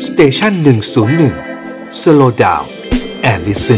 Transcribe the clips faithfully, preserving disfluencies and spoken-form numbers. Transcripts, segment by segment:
สเตชันหนึ่งศูนย์หนึ่ง Slow Down and Listen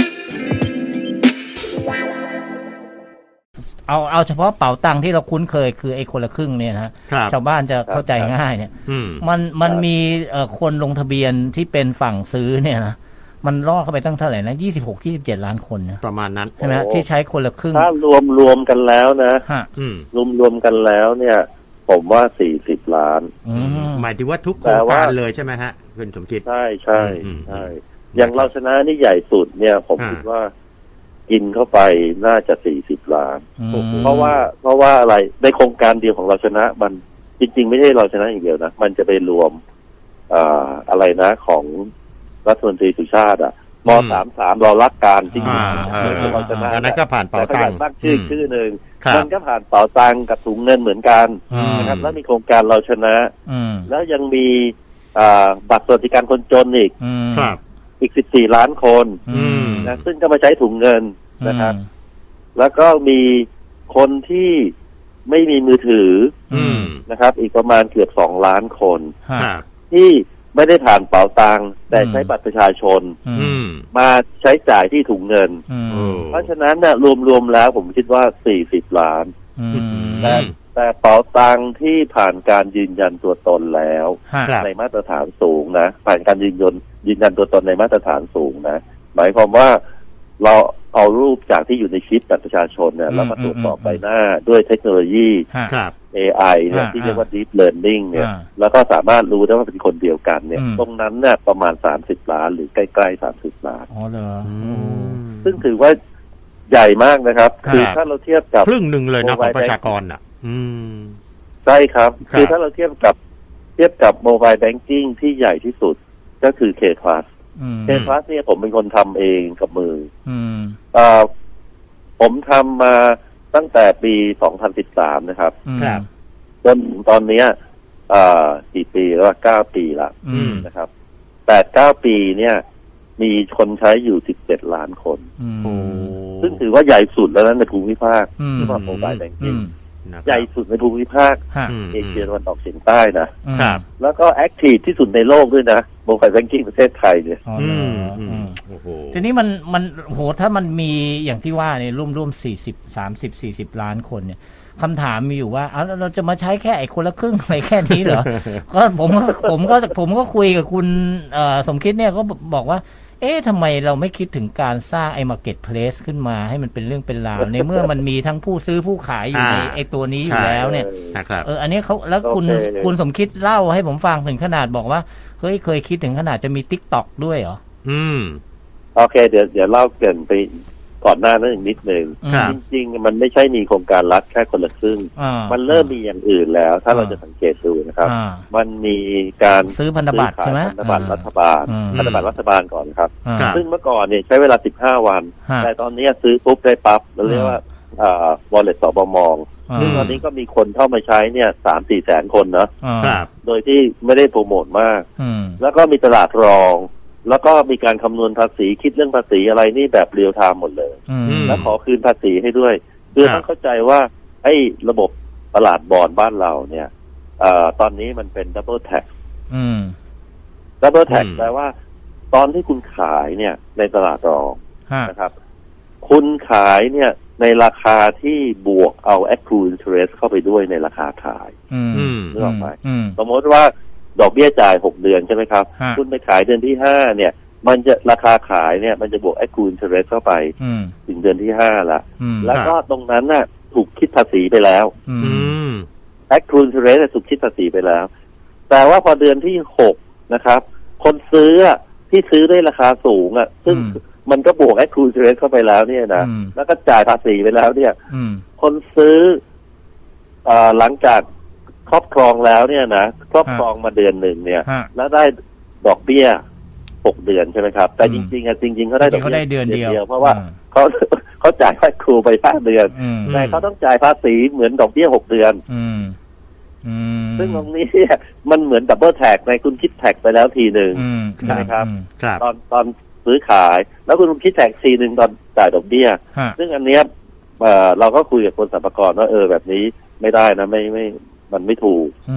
เอาเอาเฉพาะเป๋าตังค์ที่เราคุ้นเคยคือไอ้คนละครึ่งเนี่ยนะชาวบ้านจะเข้าใจง่ายเนี่ยมันมันมีเอ่อคนลงทะเบียนที่เป็นฝั่งซื้อเนี่ยนะมันล่อเข้าไปตั้งเท่าไหร่นะยี่สิบหก ยี่สิบเจ็ดล้านคนนะประมาณนั้นใช่ไหมที่ใช้คนละครึ่งถ้ารวมรวมกันแล้วนะรวมรวมกันแล้วเนี่ยผมว่าสี่สิบล้านหมายถึงว่าทุกโครงการเลยใช่ไหมฮะคุณสมคิดใช่ใช่ใช่อย่างเราชนะนี่ใหญ่สุดเนี่ยผมคิดว่ากินเข้าไปน่าจะสี่สิบล้านเพราะว่าเพราะว่าอะไรในโครงการเดียวของเราชนะมันจริงๆไม่ใช่เราชนะอย่างเดียวนะมันจะไปรวมอ่าอะไรนะของรัฐมนตรีสุชาติอ่ะมสามสามเรารักการจริงๆเราชนะนั้นก็ผ่านเป๋าตังค์ตั้งชื่อชื่อหนึ่งมันก็ผ่านเป๋าตังค์กับถุงเงินเหมือนกันนะครับแล้วมีโครงการเราชนะแล้วยังมีบัตรสวัสดิการคนจนอีกอีกสิบสี่ล้านคนนะซึ่งก็มาใช้ถุงเงินนะครับแล้วก็มีคนที่ไม่มีมือถือนะครับอีกประมาณเกือบสองล้านคนที่ไม่ได้ผ่านเป๋าตังค์แต่ใช้บัตรประชาชนมาใช้จ่ายที่ถุงเงินเพราะฉะนั้นเนี่ยรวมๆแล้วผมคิดว่าสี่สิบล้านแต่แต่เป๋าตังค์ที่ผ่านการยืนยันตัวตนแล้วในมาตรฐานสูงนะผ่านการยืนยันยืนยันตัวตนในมาตรฐานสูงนะหมายความว่าเราเอารูปจากที่อยู่ในชิปบัตรประชาชนเนี่ยแล้วมาตรวจสอบใบหน้าด้วยเทคโนโลยี เอ ไอ เนี่ยที่เรียกว่า Deep Learning เนี่ยแล้วก็สามารถรู้ได้ว่าเป็นคนเดียวกันเนี่ยตรงนั้นเนี่ยประมาณสามสิบล้านหรือใกล้ๆสามสิบล้านอ๋อเหรอซึ่งถือว่าใหญ่มากนะครับคือถ้าเราเทียบกับครึ่งหนึ่งเลยนะของประชากรอ่ะใช่ครับคือถ้าเราเทียบกับเทียบกับโมบายแบงกิ้งที่ใหญ่ที่สุดก็คือ K Plus K Plus เนี่ยผมเป็นคนทำเองกับมืออ่าผมทำมาตั้งแต่ปีสองพันสิบสามนะครับจนถึงตอนนี้อ่ากี่ปีแล้วเก้าปีละนะครับแปดเก้าปีเนี่ยมีคนใช้อยู่สิบเจ็ดล้านคนซึ่งถือว่าใหญ่สุดแล้วนั้นในภูมิภาคที่ว่าโมบายแบงกิ้งใหญ่สุดในภูมิภาคเอเชียตะวันออกเฉียงใต้นะแล้วก็แอคทีฟที่สุดในโลกด้วยนะโมบายแบงกิ้งประเทศไทยเนี่ยทีนี้มันมันโหถ้ามันมีอย่างที่ว่าเนี่ยร่วมร่วมสี่สิบสามสิบสี่สิบล้านคนเนี่ยคำถามมีอยู่ว่าเอาเราจะมาใช้แค่ไอ้คนละครึ่งอะไรแค่นี้เหรอก็ผมก็ผมก็ผมก็คุยกับคุณสมคิดเนี่ยก็บอกว่าเอ๊ะทำไมเราไม่คิดถึงการสร้างไอ้ marketplace ขึ้นมาให้มันเป็นเรื่องเป็นราวในเมื่อมันมีทั้งผู้ซื้อผู้ขายอยู่ในไอ้ตัวนี้อยู่แล้วเนี่ยเอออันนี้เขาแล้วคุณคุณสมคิดเล่าให้ผมฟังถึงขนาดบอกว่าเฮ้ยเคยคิดถึงขนาดจะมี TikTok ด้วยเหรออืมโอเคเดี๋ยวเดี๋ยวเล่าเกินไปก่อนหน้านั้นอีกนิดนึงจริงๆมันไม่ใช่มีโครงการรัฐแค่คนละครึ่งมันเริ่มมีอย่างอื่นแล้วถ้าเราจะสังเกตดูนะครับมันมีการซื้อพันธบัตรใช่ไหมพันธบัตรรัฐบาลพันธบัตรรัฐบาลก่อนครับซึ่งเมื่อก่อนเนี่ยใช้เวลาสิบห้าวันแต่ตอนนี้ซื้อปุ๊บได้ปั๊บเราเรียกว่าอ่า wallet สบมซึ่งตอนนี้ก็มีคนเข้ามาใช้เนี่ยสามสี่แสนคนนะโดยที่ไม่ได้โปรโมทมากแล้วก็มีตลาดรองแล้วก็มีการคำนวณภาษีคิดเรื่องภาษีอะไรนี่แบบเรียลไทม์หมดเลยแล้วขอคืนภาษีให้ด้วยคือต้องเข้าใจว่าไอ้ระบบตลาดบอนด์บ้านเราเนี่ยเอ่อตอนนี้มันเป็นดับเบิลแท็กดับเบิลแท็กแปลว่าตอนที่คุณขายเนี่ยในตลาดรองนะครับคุณขายเนี่ยในราคาที่บวกเอา accrued interest เข้าไปด้วยในราคาขายนึกออกไหมสมมติว่าดอกเบี้ยจ่ายหกเดือนใช่ไหมครับคุณไปขายเดือนที่ห้าเนี่ยมันจะราคาขายเนี่ยมันจะบวก accrued interest เข้าไปถึงเดือนที่ห้าละแล้วก็ตรงนั้นน่ะถูกคิดภาษีไปแล้ว accrued interest ถูกคิดภาษีไปแล้วแต่ว่าพอเดือนที่หกนะครับคนซื้อที่ซื้อได้ราคาสูงอ่ะซึ่งมันก็บวก accrued interest เข้าไปแล้วเนี่ยนะแล้วก็จ่ายภาษีไปแล้วเนี่ยคนซื้อหลังจากครอบครองแล้วเนี่ยนะครอบครองมาเดือนหนึ่งเนี่ยแล้วได้ดอกเบี้ยหกเดือนใช่ไหมครับแต่จริงๆอ่ะจริงๆเขาได้ดอกเบี้ยเดือนเดียวเพราะว่าเขาเขาจ่ายค่าครูไปห้าเดือนแต่เขาต้องจ่ายภาษีเหมือนดอกเบี้ยหกเดือนซึ่งตรงนี้มันเหมือนดับเบิลแท็กในคุณคิดแท็กไปแล้วทีหนึ่งใช่ไหมครับตอนตอนซื้อขายแล้วคุณคิดแท็กทีหนึ่งตอนจ่ายดอกเบี้ยซึ่งอันเนี้ยเราก็คุยกับคนสรรพากรว่าเออแบบนี้ไม่ได้นะไม่ไม่มันไม่ถูก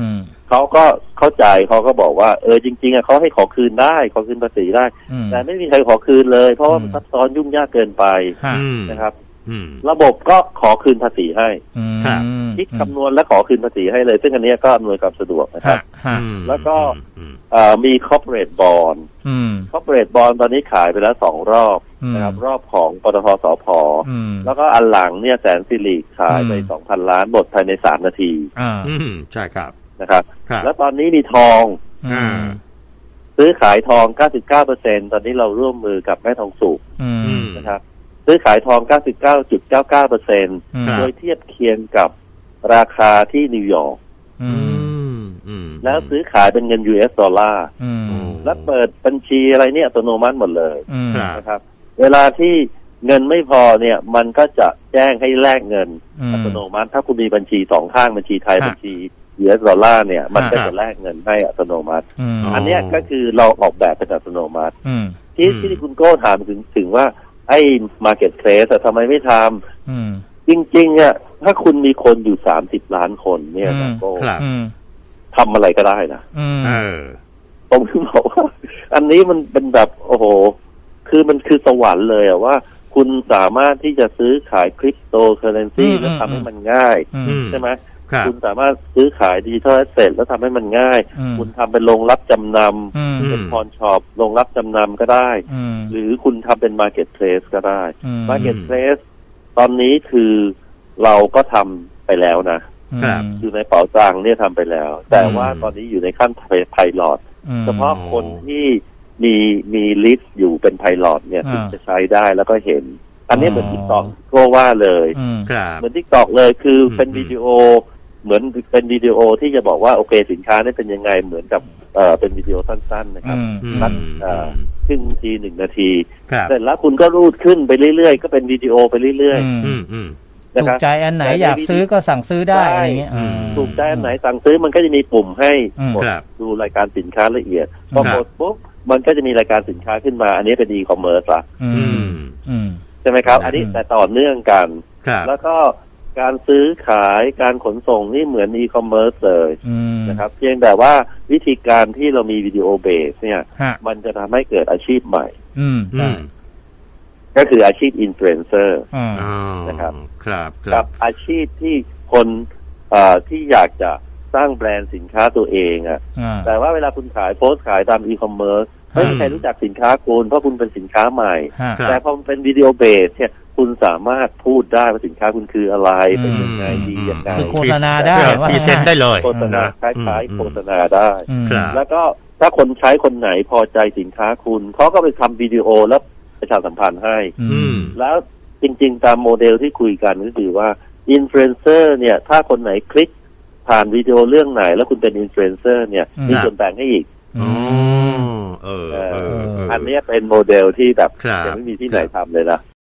เขาก็เข้าใจเขาก็บอกว่าเออจริงๆอ่ะเขาให้ขอคืนได้ขอคืนภาษีได้แต่ไม่มีใครขอคืนเลยเพราะว่ามันซับซ้อนยุ่งยากเกินไปนะครับระบบก็ขอคืนภาษีให้คิดคำนวณและขอคืนภาษีให้เลยซึ่งอันนี้ก็อำนวยความสะดวกนะครับแล้วก็มี corporate bond corporate bond ตอนนี้ขายไปแล้วสองรอบนะครับรอบของปตท.สผ.แล้วก็อันหลังเนี่ยแสนสิริขายไปสองพันล้านหมดภายในสามนาทีใช่ครับนะครับแล้วตอนนี้มีทองซื้อขายทอง เก้าสิบเก้าเปอร์เซ็นต์ ตอนนี้เราร่วมมือกับแม่ทองสุกนะครับซื้อขายทอง เก้าสิบเก้าจุดเก้าเก้าเปอร์เซ็นต์ โดยเทียบเคียงกับราคาที่นิวยอร์กแล้วซื้อขายเป็นเงิน ยู เอส ดอลลาร์และเปิดบัญชีอะไรเนี่ยอัตโนมัติหมดเลยนะครับเวลาที่เงินไม่พอเนี่ยมันก็จะแจ้งให้แลกเงินอัตโนมัติถ้าคุณมีบัญชีสองข้างบัญชีไทยบัญชี ยู เอส ดอลลาร์เนี่ยมันก็จะแลกเงินให้อัตโนมัติอันนี้ก็คือเราออกแบบเป็นอัตโนมัติที่ที่คุณโก้ถามถึงถึงว่าไอ้ marketplace แต่ทำไมไม่ทำจริงๆอ่ะถ้าคุณมีคนอยู่สามสิบล้านคนเนี่ยนะโก้ทำอะไรก็ได้นะผมถึงบอกว่าอันนี้มันเป็นแบบโอ้โหคือมันคือสวรรค์เลยอ่ะว่าคุณสามารถที่จะซื้อขายคริปโตเคอเรนซีแล้วทำให้มันง่ายใช่ไหมคุณสามารถซื้อขายดิจิทัลแอสเซทแล้วทำให้มันง่ายคุณทำเป็นโรงรับจำนำเป็นพอนช็อปโรงรับจำนำก็ได้หรือคุณทำเป็นมาร์เก็ตเพลสก็ได้มาร์เก็ตเพลสตอนนี้คือเราก็ทำไปแล้วนะอยู่ในเป๋าตังค์เนี่ยทำไปแล้วแต่ว่าตอนนี้อยู่ในขั้นไพลอตเฉพาะคนที่มีมีลิสต์อยู่เป็นไพลอตเนี่ยถึงจะใช้ได้แล้วก็เห็นอันนี้เหมือนทิกตอกก็ว่าเลยเหมือนทิกตอกเลยคือเป็นวิดีโอเหมือนเป็นวิดีโอที่จะบอกว่าโอเคสินค้านี่เป็นยังไงเหมือนกับเอ่อเป็นวิดีโอสั้นๆนะครับสักเอ่อครึ่งนาทีหนึ่งนาทีเสร็จแล้วคุณก็รูดขึ้นไปเรื่อยๆก็เป็นวิดีโอไปเรื่อยๆถูกใจอันไหนอยากซื้อก็สั่งซื้อได้อะไรเงี้ยถูกใจอันไหนสั่งซื้อมันก็จะมีปุ่มให้กดดูรายการสินค้าละเอียดพอกดปุ๊บมันก็จะมีรายการสินค้าขึ้นมาอันนี้เป็นอีคอมเมิร์ซละใช่ไหมครับอันนี้แต่ต่อเนื่องกันแล้วก็การซื้อขายการขนส่งนี่เหมือนอีคอมเมิร์ซเลยนะครับเพียงแต่ว่าวิธีการที่เรามีวิดีโอเบสเนี่ยมันจะทำให้เกิดอาชีพใหม่ก็คืออาชีพอินฟลูเอนเซอร์นะครับกับอาชีพที่คนที่อยากจะสร้างแบรนด์สินค้าตัวเองอ่ะแต่ว่าเวลาคุณขายโพสต์ขายตามอีคอมเมิร์ซไม่มีใครรู้จักสินค้าคุณเพราะคุณเป็นสินค้าใหม่แต่พอมันเป็นวิดีโอเบสเนี่ยคุณสามารถพูดได้ว่าสินค้าคุณคืออะไรเป็นยังไงดียังไงโฆษณาได้พรีเซนต์ได้เลยโฆษณาคล้ายๆโฆษณาได้แล้วก็ถ้าคนใช้คนไหนพอใจสินค้าคุณเขาก็ไปทำวิดีโอแล้วประชาสัมพันธ์ให้แล้วจริงๆตามโมเดลที่คุยกันก็คือว่าอินฟลูเอนเซอร์เนี่ยถ้าคนไหนคลิกผ่านวิดีโอเรื่องไหนแล้วคุณเป็นอินฟลูเอนเซอร์เนี่ยมีส่วนแบ่งให้อีกอันนี้เป็นโมเดลที่แบบยังไม่มีที่ไหนทำเลยนะ